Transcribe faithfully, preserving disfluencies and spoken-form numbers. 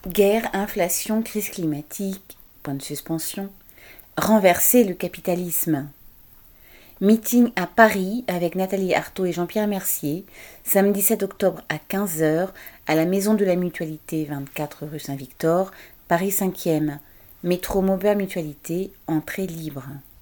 Guerre, inflation, crise climatique, point de suspension. Renverser le capitalisme. Meeting à Paris avec Nathalie Arthaud et Jean-Pierre Mercier, samedi sept octobre à quinze heures, à la Maison de la Mutualité, vingt-quatre rue Saint-Victor, Paris cinquième. Métro Maubert Mutualité, entrée libre.